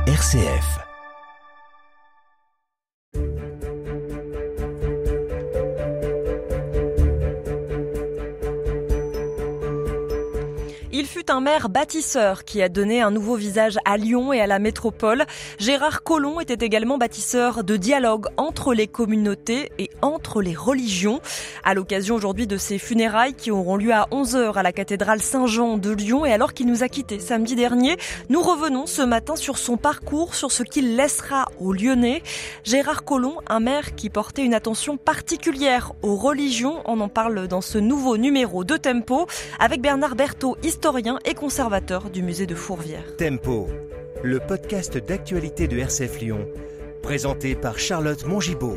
RCF. Il fut un maire bâtisseur qui a donné un nouveau visage à Lyon et à la métropole. Gérard Collomb était également bâtisseur de dialogue entre les communautés et entre les religions. À l'occasion aujourd'hui de ses funérailles qui auront lieu à 11h à la cathédrale Saint-Jean de Lyon, et alors qu'il nous a quittés samedi dernier, nous revenons ce matin sur son parcours, sur ce qu'il laissera aux Lyonnais. Gérard Collomb, un maire qui portait une attention particulière aux religions. On en parle dans ce nouveau numéro de Tempo avec Bernard Berthaud, historien et conservateur du musée de Fourvière. Tempo, le podcast d'actualité de RCF Lyon, présenté par Charlotte Mongibaud.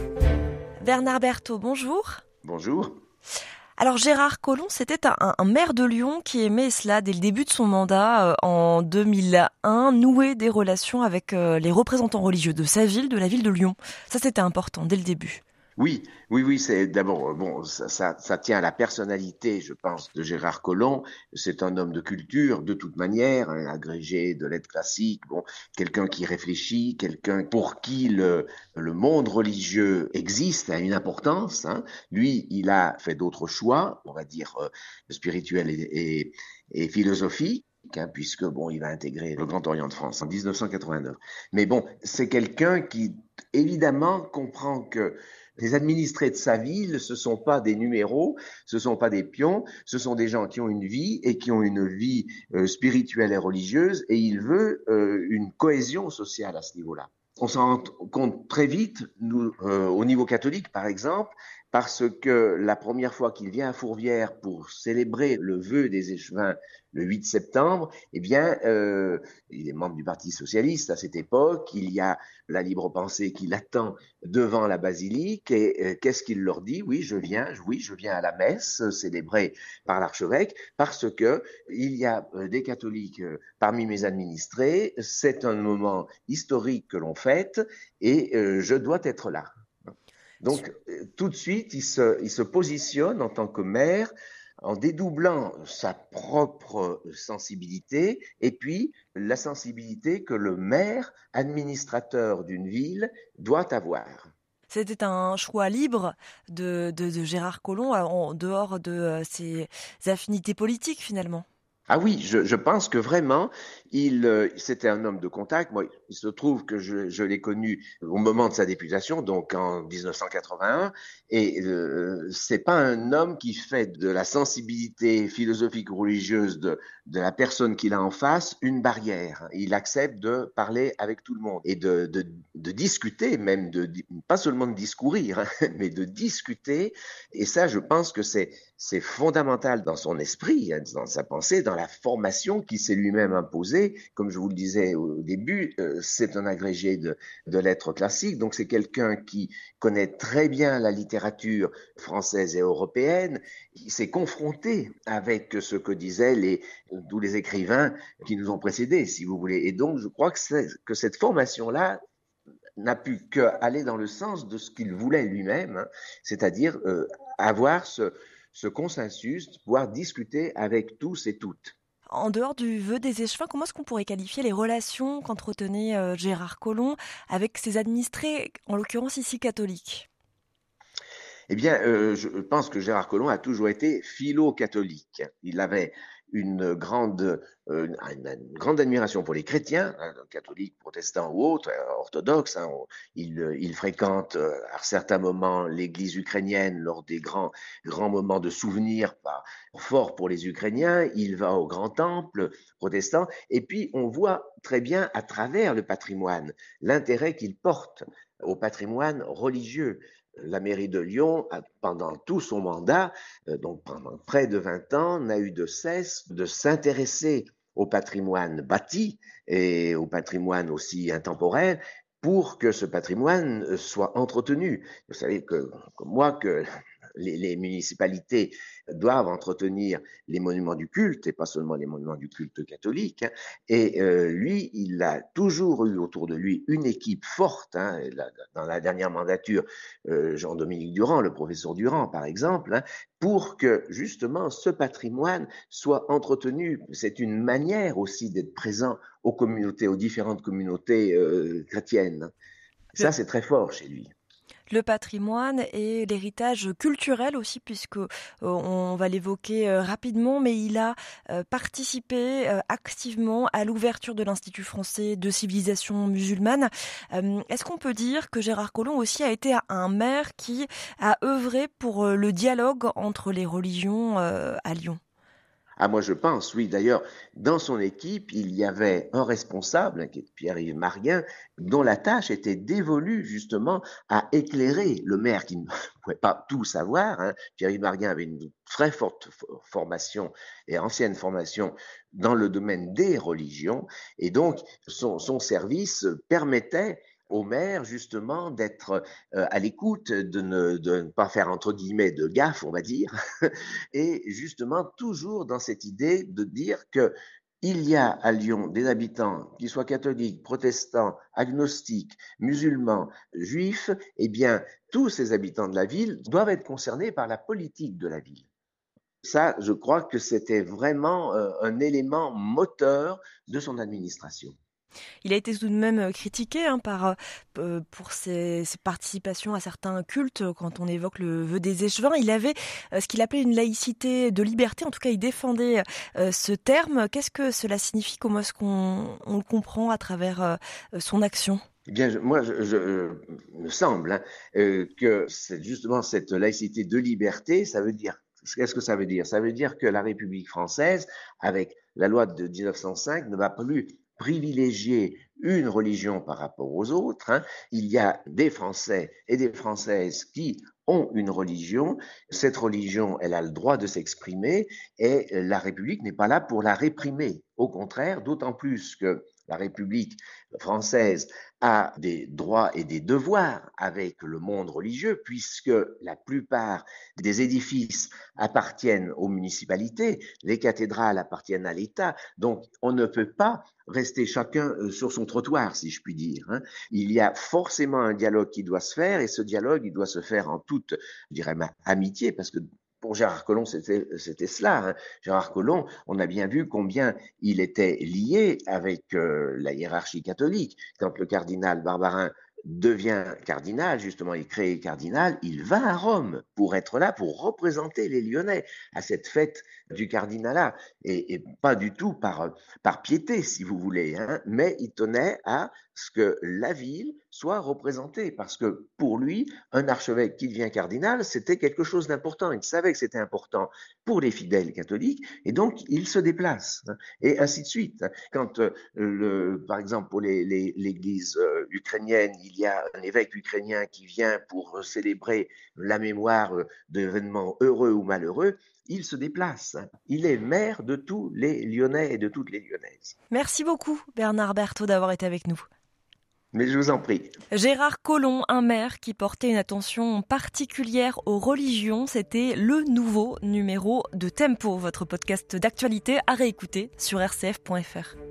Bernard Berthaud, bonjour. Bonjour. Alors Gérard Collomb, c'était un maire de Lyon qui aimait cela dès le début de son mandat en 2001, nouer des relations avec les représentants religieux de sa ville, de la ville de Lyon. Ça, c'était important dès le début. Oui, c'est d'abord, ça tient à la personnalité, je pense, de Gérard Collomb. C'est un homme de culture, de toute manière, un agrégé de lettres classiques, quelqu'un qui réfléchit, quelqu'un pour qui le monde religieux existe, a une importance. Lui, il a fait d'autres choix, on va dire, spirituels et philosophiques. Puisque il va intégrer le Grand Orient de France en 1989. Mais c'est quelqu'un qui, évidemment, comprend que les administrés de sa ville, ce sont pas des numéros, ce sont pas des pions, ce sont des gens qui ont une vie et qui ont une vie spirituelle et religieuse, et il veut une cohésion sociale à ce niveau-là. On s'en rend compte très vite, nous, au niveau catholique par exemple, parce que la première fois qu'il vient à Fourvière pour célébrer le vœu des échevins le 8 septembre, il est membre du Parti socialiste à cette époque, il y a la libre pensée qui l'attend devant la basilique, et qu'est-ce qu'il leur dit ? Oui, je viens à la messe célébrée par l'archevêque, parce que il y a des catholiques parmi mes administrés, c'est un moment historique que l'on fête, et je dois être là. Donc, tout de suite, il se positionne en tant que maire en dédoublant sa propre sensibilité et puis la sensibilité que le maire, administrateur d'une ville, doit avoir. C'était un choix libre de Gérard Collomb en dehors de ses affinités politiques finalement. Ah oui, je pense que vraiment, c'était un homme de contact. Moi, il se trouve que je l'ai connu au moment de sa députation, donc en 1981, et c'est pas un homme qui fait de la sensibilité philosophique ou religieuse de la personne qu'il a en face une barrière. Il accepte de parler avec tout le monde et de discuter, même pas seulement de discourir, mais de discuter. Et ça, je pense que c'est fondamental dans son esprit, dans sa pensée, dans la formation qu'il s'est lui-même imposée. Comme je vous le disais au début, c'est un agrégé de lettres classiques, donc c'est quelqu'un qui connaît très bien la littérature française et européenne. Il s'est confronté avec ce que disaient tous les écrivains qui nous ont précédés, si vous voulez. Et donc, je crois que cette formation-là n'a pu qu'aller dans le sens de ce qu'il voulait lui-même, c'est-à-dire avoir ce consensus, pouvoir discuter avec tous et toutes. En dehors du vœu des échevins, comment est-ce qu'on pourrait qualifier les relations qu'entretenait Gérard Collomb avec ses administrés, en l'occurrence ici catholiques ? Eh bien, je pense que Gérard Collomb a toujours été philo-catholique. Il avait une grande admiration pour les chrétiens, catholiques, protestants ou autres, orthodoxes. Il fréquente à certains moments l'église ukrainienne lors des grands moments de souvenirs forts pour les Ukrainiens. Il va au grand temple protestant. Et puis, on voit très bien à travers le patrimoine l'intérêt qu'il porte au patrimoine religieux. La mairie de Lyon, pendant tout son mandat, donc pendant près de 20 ans, n'a eu de cesse de s'intéresser au patrimoine bâti et au patrimoine aussi intemporel pour que ce patrimoine soit entretenu. Vous savez comme moi que les municipalités doivent entretenir les monuments du culte, et pas seulement les monuments du culte catholique. Hein. Et lui, il a toujours eu autour de lui une équipe forte. Hein. Dans la dernière mandature, Jean-Dominique Durand, le professeur Durand, par exemple, hein, pour que justement ce patrimoine soit entretenu. C'est une manière aussi d'être présent aux communautés, aux différentes communautés chrétiennes. Ça, c'est très fort chez lui. Le patrimoine et l'héritage culturel aussi, puisque on va l'évoquer rapidement, mais il a participé activement à l'ouverture de l'Institut français de civilisation musulmane. Est-ce qu'on peut dire que Gérard Collomb aussi a été un maire qui a œuvré pour le dialogue entre les religions à Lyon ? Ah, moi, je pense, oui. D'ailleurs, dans son équipe, il y avait un responsable, qui est Pierre-Yves Marguin, dont la tâche était dévolue justement à éclairer le maire qui ne pouvait pas tout savoir. Hein. Pierre-Yves Marguin avait une très forte formation et ancienne formation dans le domaine des religions. Et donc, son service permettait au maire, justement, d'être à l'écoute, de ne pas faire, entre guillemets, de gaffe, on va dire, et justement, toujours dans cette idée de dire que il y a à Lyon des habitants, qu'ils soient catholiques, protestants, agnostiques, musulmans, juifs, eh bien, tous ces habitants de la ville doivent être concernés par la politique de la ville. Ça, je crois que c'était vraiment un élément moteur de son administration. Il a été tout de même critiqué pour ses participations à certains cultes quand on évoque le vœu des échevins. Il avait ce qu'il appelait une laïcité de liberté. En tout cas, il défendait ce terme. Qu'est-ce que cela signifie ? Comment est-ce qu'on le comprend à travers son action ? Eh bien, moi, me semble que c'est justement cette laïcité de liberté, ça veut dire, qu'est-ce que ça veut dire ? Ça veut dire que la République française, avec la loi de 1905, ne va plus privilégier une religion par rapport aux autres. Hein. Il y a des Français et des Françaises qui ont une religion. Cette religion, elle a le droit de s'exprimer et la République n'est pas là pour la réprimer. Au contraire, d'autant plus que la République française a des droits et des devoirs avec le monde religieux, puisque la plupart des édifices appartiennent aux municipalités, les cathédrales appartiennent à l'État, donc on ne peut pas rester chacun sur son trottoir, si je puis dire. Hein. Il y a forcément un dialogue qui doit se faire, et ce dialogue, il doit se faire en toute, je dirais, amitié, parce que pour Gérard Collomb, c'était cela. Hein. Gérard Collomb, on a bien vu combien il était lié avec la hiérarchie catholique. Quand le cardinal Barbarin devient cardinal, justement, il crée cardinal, il va à Rome pour être là, pour représenter les Lyonnais à cette fête du cardinalat. Et pas du tout par piété, si vous voulez, hein, mais il tenait à ce que la ville soit représentée, parce que pour lui, un archevêque qui devient cardinal, c'était quelque chose d'important. Il savait que c'était important pour les fidèles catholiques, et donc il se déplace, hein, et ainsi de suite. Quand, par exemple, pour l'église ukrainienne, il y a un évêque ukrainien qui vient pour célébrer la mémoire d'événements heureux ou malheureux, il se déplace. Il est maire de tous les Lyonnais et de toutes les Lyonnaises. Merci beaucoup Bernard Berthaud d'avoir été avec nous. Mais je vous en prie. Gérard Collomb, un maire qui portait une attention particulière aux religions, c'était le nouveau numéro de Tempo, votre podcast d'actualité à réécouter sur rcf.fr.